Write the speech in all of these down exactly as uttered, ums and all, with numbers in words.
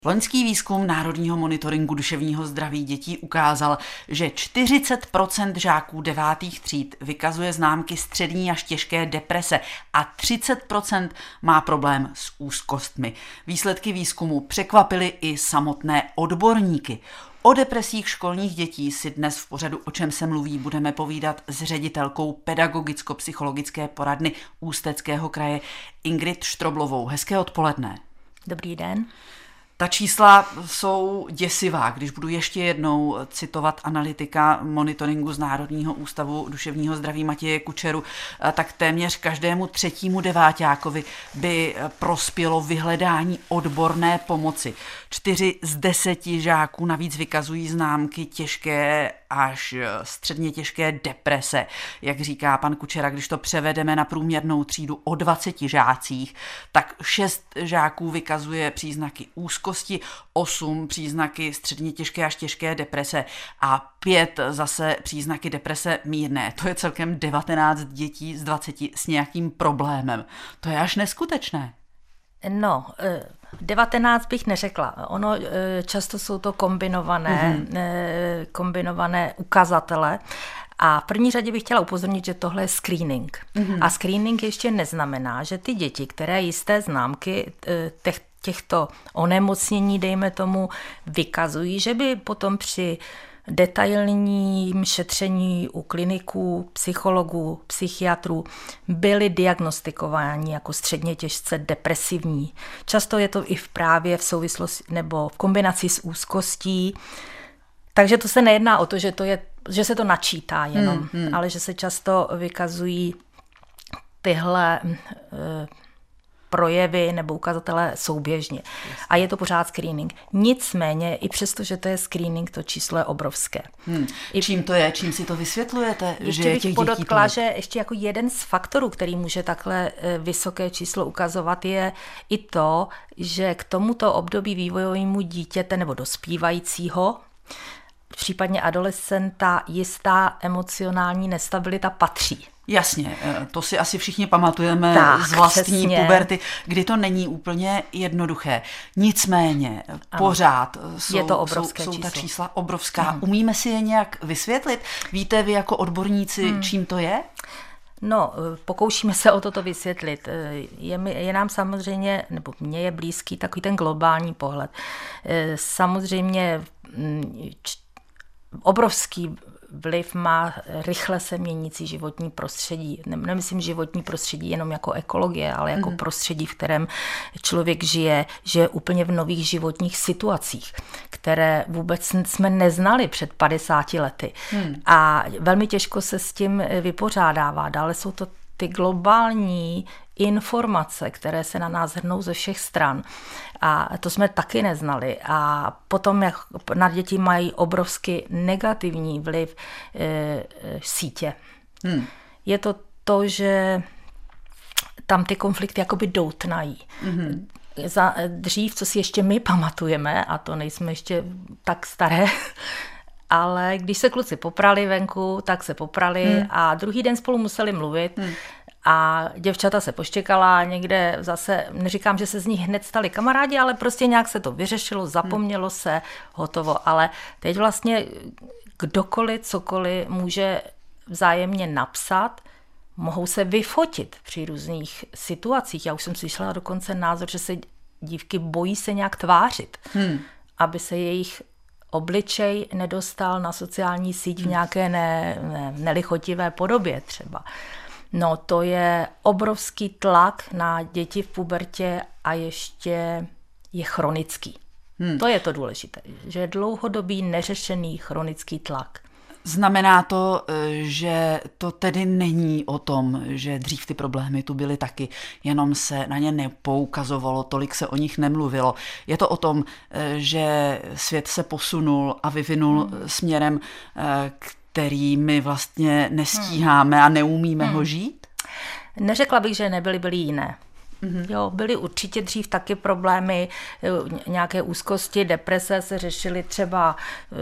Loňský výzkum Národního monitoringu duševního zdraví dětí ukázal, že čtyřicet procent žáků devátých tříd vykazuje známky střední až těžké deprese a třicet procent má problém s úzkostmi. Výsledky výzkumu překvapily i samotné odborníky. O depresích školních dětí si dnes v pořadu O čem se mluví budeme povídat s ředitelkou pedagogicko-psychologické poradny Ústeckého kraje Ingrid Štroblovou. Hezké odpoledne. Dobrý den. Ta čísla jsou děsivá. Když budu ještě jednou citovat analytika monitoringu z Národního ústavu duševního zdraví Matěje Kučeru, tak téměř každému třetímu deváťákovi by prospělo vyhledání odborné pomoci. Čtyři z deseti žáků navíc vykazují známky těžké až středně těžké deprese. Jak říká pan Kučera, když to převedeme na průměrnou třídu o dvaceti žácích, tak šest žáků vykazuje příznaky úzkosti, osm příznaky středně těžké až těžké deprese a pět zase příznaky deprese mírné. To je celkem devatenáct dětí z dvaceti s nějakým problémem. To je až neskutečné. No, devatenáct bych neřekla. Ono často jsou to kombinované, mm-hmm. kombinované ukazatele. A v první řadě bych chtěla upozornit, že tohle je screening. Mm-hmm. A screening ještě neznamená, že ty děti, které jisté známky těch, těchto onemocnění, dejme tomu, vykazují, že by potom při detailním šetření u kliniků, psychologů, psychiatrů byli diagnostikováni jako středně těžce depresivní. Často je to i v právě v souvislosti nebo v kombinaci s úzkostí. Takže to se nejedná o to, že, to je, že se to načítá jenom, hmm, hmm. ale že se často vykazují tyhle e, projevy nebo ukazatele souběžně. A je to pořád screening. Nicméně, i přesto, že to je screening, to číslo je obrovské. Hmm. I čím to je? Čím si to vysvětlujete? Ještě že bych těch podotkla, že ještě jako jeden z faktorů, který může takhle vysoké číslo ukazovat, je i to, že k tomuto období vývojovému dítěte nebo dospívajícího, případně adolescenta, jistá emocionální nestabilita patří. Jasně, to si asi všichni pamatujeme tak, z vlastní přesně. puberty, kdy to není úplně jednoduché. Nicméně ano, pořád jsou, je to obrovské jsou, jsou ta číslo. čísla obrovská. Hmm. Umíme si je nějak vysvětlit? Víte vy jako odborníci, hmm. čím to je? No, pokoušíme se o toto vysvětlit. Je, mi, je nám samozřejmě, nebo mně je blízký takový ten globální pohled. Samozřejmě obrovský vliv má rychle se měnící životní prostředí. Nemyslím životní prostředí jenom jako ekologie, ale jako mm. prostředí, v kterém člověk žije, žije úplně v nových životních situacích, které vůbec jsme neznali před padesáti lety. Mm. A velmi těžko se s tím vypořádává. Dále jsou to ty globální informace, které se na nás hrnou ze všech stran. A to jsme taky neznali. A potom, jak na děti mají obrovský negativní vliv e, e, sítě. Hmm. Je to to, že tam ty konflikty jakoby doutnají. Hmm. Za, dřív, co si ještě my pamatujeme, a to nejsme ještě tak staré, ale když se kluci poprali venku, tak se poprali hmm. a druhý den spolu museli mluvit. Hmm. A děvčata se poštěkala někde zase, neříkám, že se z nich hned stali kamarádi, ale prostě nějak se to vyřešilo, zapomnělo se, hotovo. Ale teď vlastně kdokoliv, cokoliv může vzájemně napsat, mohou se vyfotit při různých situacích. Já už jsem slyšela dokonce názor, že se dívky bojí se nějak tvářit, hmm. aby se jejich obličej nedostal na sociální síť v nějaké ne, ne, nelichotivé podobě třeba. No, to je obrovský tlak na děti v pubertě a ještě je chronický. Hmm. To je to důležité, že je dlouhodobý neřešený chronický tlak. Znamená to, že to tedy není o tom, že dřív ty problémy tu byly taky, jenom se na ně nepoukazovalo, tolik se o nich nemluvilo. Je to o tom, že svět se posunul a vyvinul hmm. směrem, který my vlastně nestíháme hmm. a neumíme hmm. ho žít? Neřekla bych, že nebyly, byly jiné. Mm-hmm. Jo, byly určitě dřív taky problémy, nějaké úzkosti, deprese se řešily třeba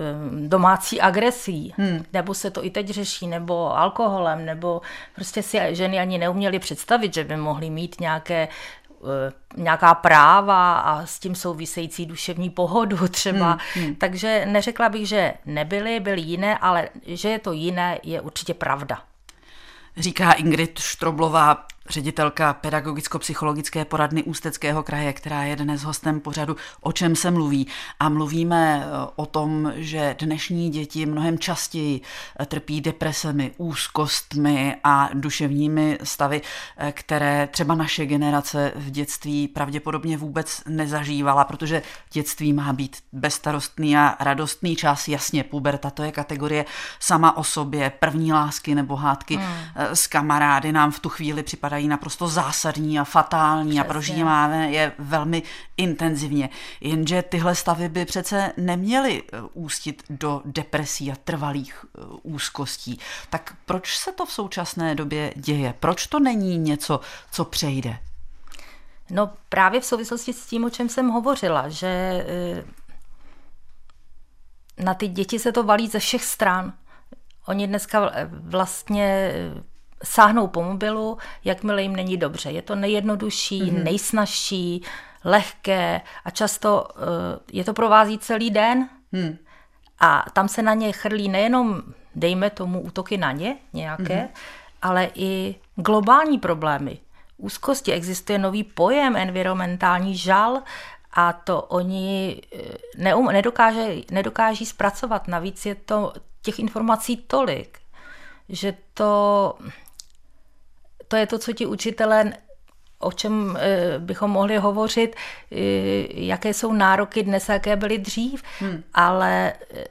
domácí agresí, hmm. nebo se to i teď řeší, nebo alkoholem, nebo prostě si ženy ani neuměly představit, že by mohly mít nějaké e, nějaká práva a s tím související duševní pohodu třeba. Hmm, hmm. Takže neřekla bych, že nebyly, byly jiné, ale že je to jiné, je určitě pravda. Říká Ingrid Štroblová, ředitelka pedagogicko-psychologické poradny Ústeckého kraje, která je dnes hostem pořadu O čem se mluví. A mluvíme o tom, že dnešní děti mnohem častěji trpí depresemi, úzkostmi a duševními stavy, které třeba naše generace v dětství pravděpodobně vůbec nezažívala, protože dětství má být bezstarostný a radostný čas. Jasně, puberta, to je kategorie sama o sobě, první lásky nebo hádky hmm. s kamarády nám v tu chvíli připadají naprosto zásadní a fatální. Přesně. A prožíváme je velmi intenzivně. Jenže tyhle stavy by přece neměly ústit do depresí a trvalých úzkostí. Tak proč se to v současné době děje? Proč to není něco, co přejde? No právě v souvislosti s tím, o čem jsem hovořila, že na ty děti se to valí ze všech stran. Oni dneska vlastně sáhnou po mobilu, jakmile jim není dobře. Je to nejjednodušší, mm-hmm. nejsnažší, lehké a často uh, je to provází celý den. Mm. A tam se na ně chrlí nejenom, dejme tomu, útoky na ně nějaké, mm-hmm. ale i globální problémy. Úzkosti, existuje nový pojem, environmentální žal, a to oni neum, nedokáže, nedokáží zpracovat. Navíc je to těch informací tolik, že to, to je to, co ti učitelé, o čem e, bychom mohli hovořit, e, jaké jsou nároky dnes, jaké byly dřív, hmm. ale e,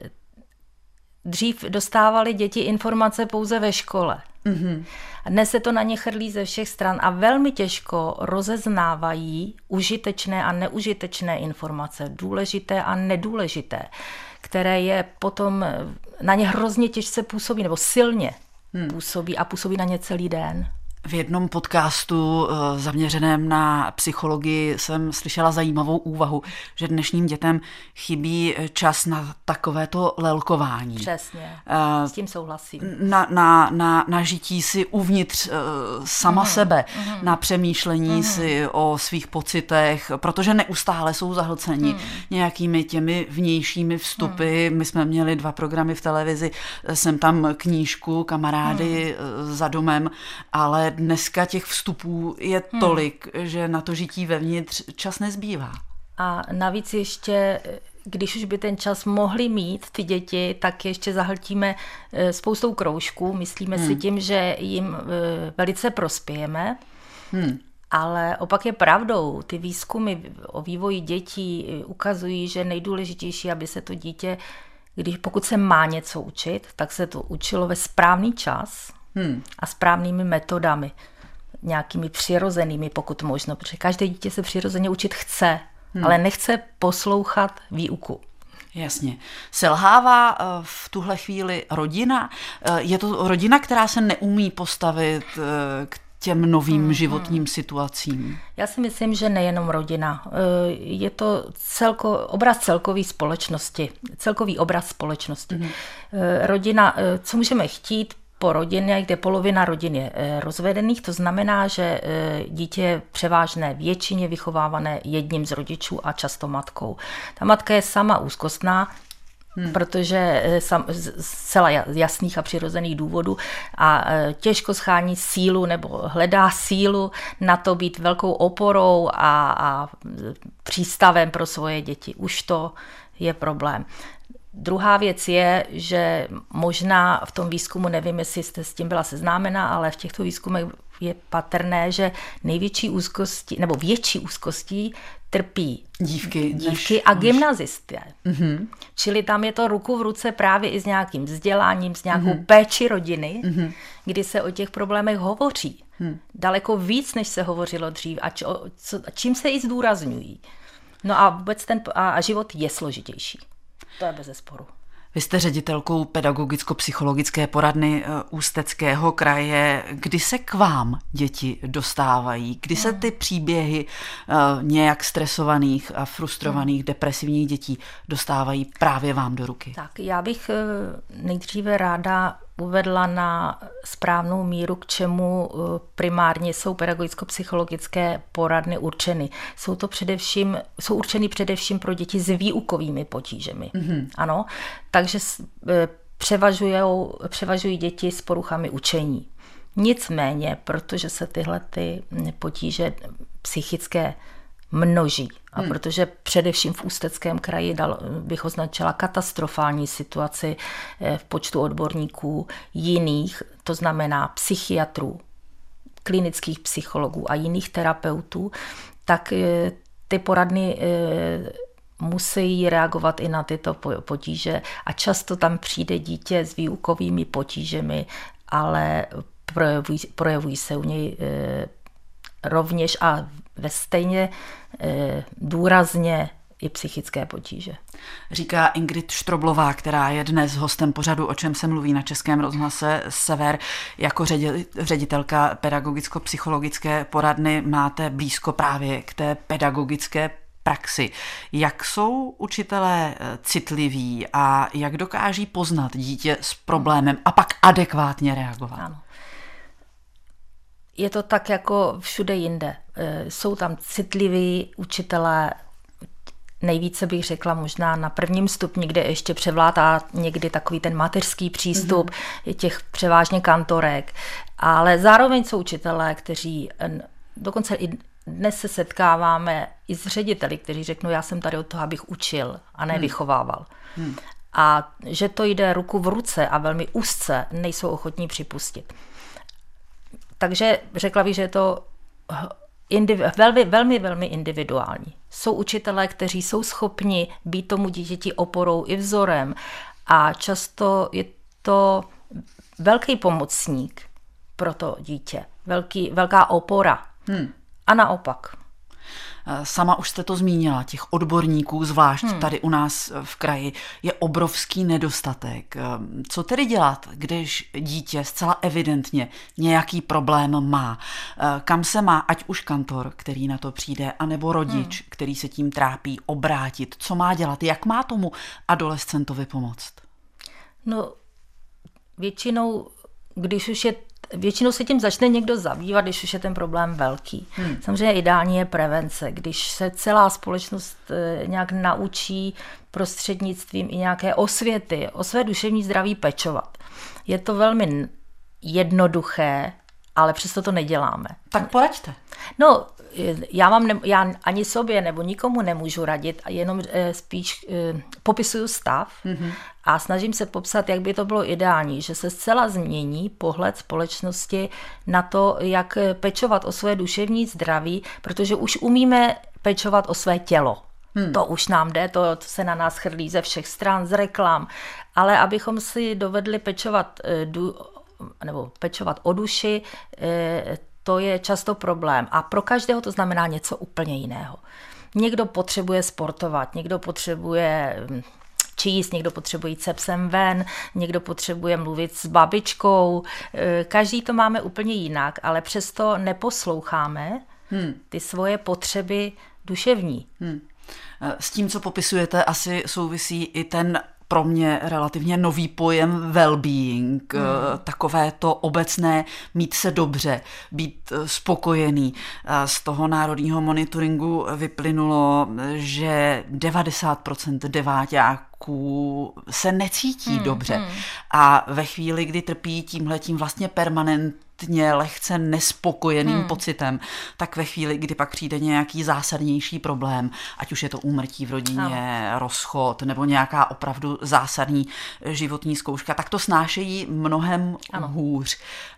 dřív dostávali děti informace pouze ve škole. Mm-hmm. A dnes se to na ně chrlí ze všech stran a velmi těžko rozeznávají užitečné a neužitečné informace, důležité a nedůležité, které je potom na ně hrozně těžce působí, nebo silně hmm. působí a působí na ně celý den. V jednom podcastu zaměřeném na psychologii jsem slyšela zajímavou úvahu, že dnešním dětem chybí čas na takovéto lelkování. Přesně, s tím souhlasím. Na, na, na, na žití si uvnitř sama uhum. sebe, uhum. na přemýšlení uhum. si o svých pocitech, protože neustále jsou zahlceni uhum. nějakými těmi vnějšími vstupy. Uhum. My jsme měli dva programy v televizi, jsem tam knížku, kamarády uhum. za domem, ale dneska těch vstupů je tolik, hmm. že na to žití vevnitř čas nezbývá. A navíc ještě, když už by ten čas mohli mít ty děti, tak ještě zahltíme spoustou kroužků. Myslíme hmm. si tím, že jim velice prospějeme. Hmm. Ale opak je pravdou. Ty výzkumy o vývoji dětí ukazují, že nejdůležitější, aby se to dítě, když pokud se má něco učit, tak se to učilo ve správný čas, Hmm. a správnými metodami, nějakými přirozenými, pokud možno, protože každé dítě se přirozeně učit chce, hmm. ale nechce poslouchat výuku. Jasně. Selhává v tuhle chvíli rodina? Je to rodina, která se neumí postavit k těm novým hmm. životním situacím? Já si myslím, že nejenom rodina. Je to celko, obraz celkový společnosti, celkový obraz společnosti. Hmm. Rodina, co můžeme chtít po rodině, kde polovina rodin je rozvedených, to znamená, že dítě je převážné většině vychovávané jedním z rodičů a často matkou. Ta matka je sama úzkostná, hmm. protože sam, z zcela jasných a přirozených důvodů a těžko schání sílu nebo hledá sílu na to být velkou oporou a, a přístavem pro svoje děti. Už to je problém. Druhá věc je, že možná v tom výzkumu, nevím, jestli jste s tím byla seznámena, ale v těchto výzkumech je patrné, že největší úzkosti, nebo větší úzkostí trpí dívky, dívky než, a gymnazisté. Mm-hmm. Čili tam je to ruku v ruce právě i s nějakým vzděláním, s nějakou mm-hmm. péči rodiny, mm-hmm. kdy se o těch problémech hovoří. Mm. Daleko víc, než se hovořilo dřív a, č, o, co, a čím se i zdůrazňují. No a vůbec ten a, a život je složitější. To je bezesporu. Vy jste ředitelkou pedagogicko-psychologické poradny Ústeckého kraje. Kdy se k vám děti dostávají? Kdy se ty příběhy uh, nějak stresovaných a frustrovaných, depresivních dětí dostávají právě vám do ruky? Tak já bych uh, nejdříve ráda uvedla na správnou míru, k čemu primárně jsou pedagogicko-psychologické poradny určeny. Jsou to především, jsou určeny především pro děti s výukovými potížemi. Mm-hmm. Ano, takže převažujou, převažují děti s poruchami učení. Nicméně, protože se tyhle ty potíže psychické množí a hmm. protože především v Ústeckém kraji dal, bych označila katastrofální situaci v počtu odborníků jiných, to znamená psychiatrů, klinických psychologů a jiných terapeutů, tak ty poradny musí reagovat i na tyto potíže a často tam přijde dítě s výukovými potížemi, ale projevují, projevují se u něj rovněž a ve stejně e, důrazně i psychické potíže. Říká Ingrid Štroblová, která je dnes hostem pořadu O čem se mluví na Českém rozhlase Sever. Jako ředitelka pedagogicko-psychologické poradny máte blízko právě k té pedagogické praxi. Jak jsou učitelé citliví a jak dokáží poznat dítě s problémem a pak adekvátně reagovat? Ano. Je to tak jako všude jinde. Jsou tam citliví učitelé, nejvíce bych řekla možná na prvním stupni, kde ještě převládá někdy takový ten mateřský přístup, mm-hmm. těch převážně kantorek, ale zároveň jsou učitelé, kteří dokonce i dnes se setkáváme i s řediteli, kteří řeknou, já jsem tady od toho, abych učil a ne vychovával. Mm. A že to jde ruku v ruce a velmi úzce, nejsou ochotní připustit. Takže řekla bych, že je to indiv- velmi, velmi, velmi individuální. Jsou učitelé, kteří jsou schopni být tomu dítěti oporou i vzorem a často je to velký pomocník pro to dítě, velký, velká opora. Hmm. A naopak. Sama už jste to zmínila, těch odborníků, zvlášť hmm. tady u nás v kraji, je obrovský nedostatek. Co tedy dělat, když dítě zcela evidentně nějaký problém má? Kam se má, ať už kantor, který na to přijde, anebo rodič, hmm. který se tím trápí, obrátit? Co má dělat? Jak má tomu adolescentovi pomoct? No, většinou, když už je Většinou se tím začne někdo zabývat, když už je ten problém velký. Hmm. Samozřejmě ideální je prevence, když se celá společnost nějak naučí prostřednictvím i nějaké osvěty, o své duševní zdraví pečovat. Je to velmi jednoduché, ale přesto to neděláme. Tak poraďte. No, já, mám ne, já ani sobě nebo nikomu nemůžu radit, a jenom e, spíš e, popisuju stav mm-hmm. a snažím se popsat, jak by to bylo ideální, že se zcela změní pohled společnosti na to, jak pečovat o své duševní zdraví, protože už umíme pečovat o své tělo. Hmm. To už nám jde, to se na nás chrlí ze všech stran, z reklam, ale abychom si dovedli pečovat, nebo pečovat o duši, to je často problém. A pro každého to znamená něco úplně jiného. Někdo potřebuje sportovat, někdo potřebuje číst, někdo potřebuje jít se psem ven, někdo potřebuje mluvit s babičkou. Každý to máme úplně jinak, ale přesto neposloucháme hmm. ty svoje potřeby duševní. Hmm. S tím, co popisujete, asi souvisí i ten pro mě relativně nový pojem well-being, hmm. takové to obecné mít se dobře, být spokojený. Z toho národního monitoringu vyplynulo, že devadesát procent deváťáků se necítí hmm. dobře. Hmm. A ve chvíli, kdy trpí tímhletím vlastně permanentně lehce nespokojeným hmm. pocitem, tak ve chvíli, kdy pak přijde nějaký zásadnější problém, ať už je to úmrtí v rodině, ano. rozchod nebo nějaká opravdu zásadní životní zkouška, tak to snášejí mnohem ano. hůř.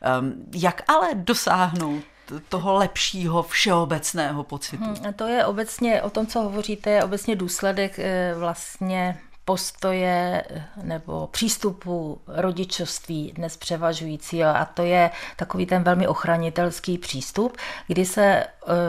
Jak ale dosáhnout toho lepšího všeobecného pocitu? Hmm, a to je obecně, o tom, co hovoříte, je obecně důsledek vlastně postoje nebo přístupu rodičovství dnes převažující, a to je takový ten velmi ochranitelský přístup, kdy se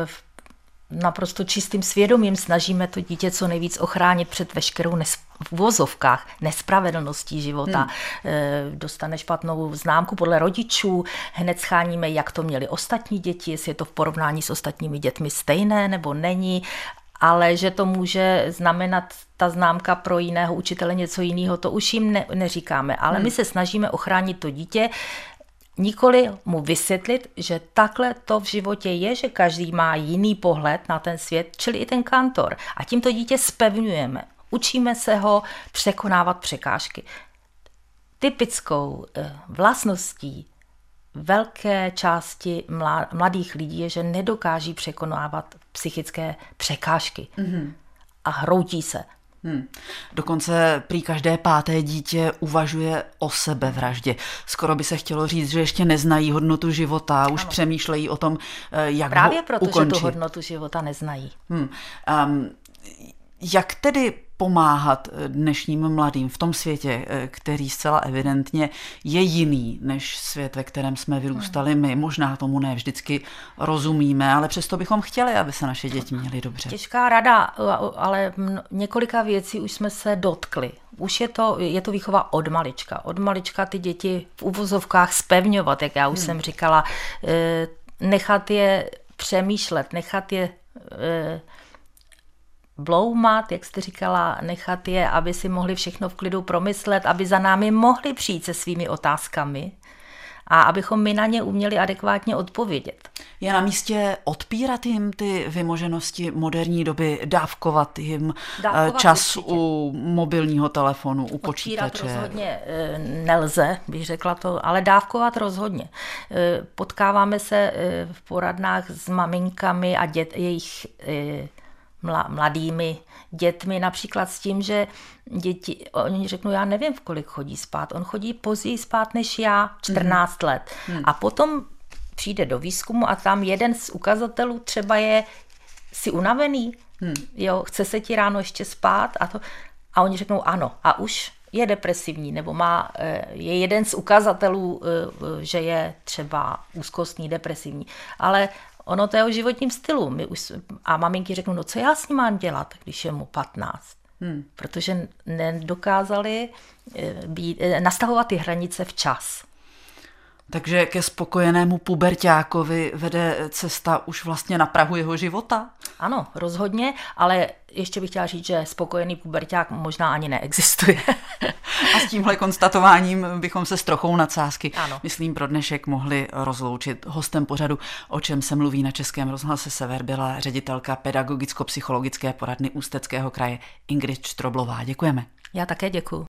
naprosto čistým svědomím snažíme to dítě co nejvíc ochránit před veškerou nes- v uvozovkách nespravedlností života. Hmm. Dostane špatnou známku podle rodičů, hned scháníme, jak to měli ostatní děti, jestli je to v porovnání s ostatními dětmi stejné nebo není. ale že to může znamenat ta známka pro jiného učitele něco jiného, to už jim ne, neříkáme. Ale hmm. my se snažíme ochránit to dítě, nikoli mu vysvětlit, že takhle to v životě je, že každý má jiný pohled na ten svět, čili i ten kantor. A tím to dítě zpevňujeme. Učíme se ho překonávat překážky. Typickou vlastností velké části mladých lidí je, že nedokáží překonávat psychické překážky mm-hmm. a hroutí se. Hmm. Dokonce prý každé páté dítě uvažuje o sebevraždě. Skoro by se chtělo říct, že ještě neznají hodnotu života, už ano. přemýšlejí o tom, jak Právě ho proto, ukončit. že tu hodnotu života neznají. Hmm. Um, jak tedy pomáhat dnešním mladým v tom světě, který zcela evidentně je jiný než svět, ve kterém jsme vyrůstali my. Možná tomu ne vždycky rozumíme, ale přesto bychom chtěli, aby se naše děti měly dobře. Těžká rada, ale několika věcí už jsme se dotkli. Už je to, je to výchova od malička. Od malička ty děti v uvozovkách zpevňovat, jak já už hmm. jsem říkala, nechat je přemýšlet, nechat je bloumat, jak jste říkala, nechat je, aby si mohli všechno v klidu promyslet, aby za námi mohli přijít se svými otázkami a abychom my na ně uměli adekvátně odpovědět. Je na místě odpírat jim ty vymoženosti moderní doby, dávkovat jim dávkovat čas určitě. U mobilního telefonu, u počítače? Odpírat rozhodně nelze, bych řekla to, ale dávkovat rozhodně. Potkáváme se v poradnách s maminkami a dět, jejich mladými dětmi, například s tím, že děti, oni řeknou, já nevím, v kolik chodí spát. On chodí později spát než já, čtrnáct mm. let. Mm. A potom přijde do výzkumu a tam jeden z ukazatelů třeba je, jsi unavený, mm. jo, chce se ti ráno ještě spát a to. A oni řeknou ano. A už je depresivní, nebo má, je jeden z ukazatelů, že je třeba úzkostný, depresivní. Ale ono to je o životním stylu. My už, a maminky řeknou, no co já s ním mám dělat, když je mu patnáct. Hmm. Protože nedokázali být, nastavovat ty hranice včas. Takže ke spokojenému puberťákovi vede cesta už vlastně na prahu jeho života? Ano, rozhodně, ale ještě bych chtěla říct, že spokojený puberťák možná ani neexistuje. A s tímhle konstatováním bychom se s trochou nadsázky, ano. myslím, pro dnešek mohli rozloučit. Hostem pořadu, o čem se mluví na Českém rozhlase Sever, byla ředitelka pedagogicko-psychologické poradny Ústeckého kraje Ingrid Štroblová. Děkujeme. Já také děkuju.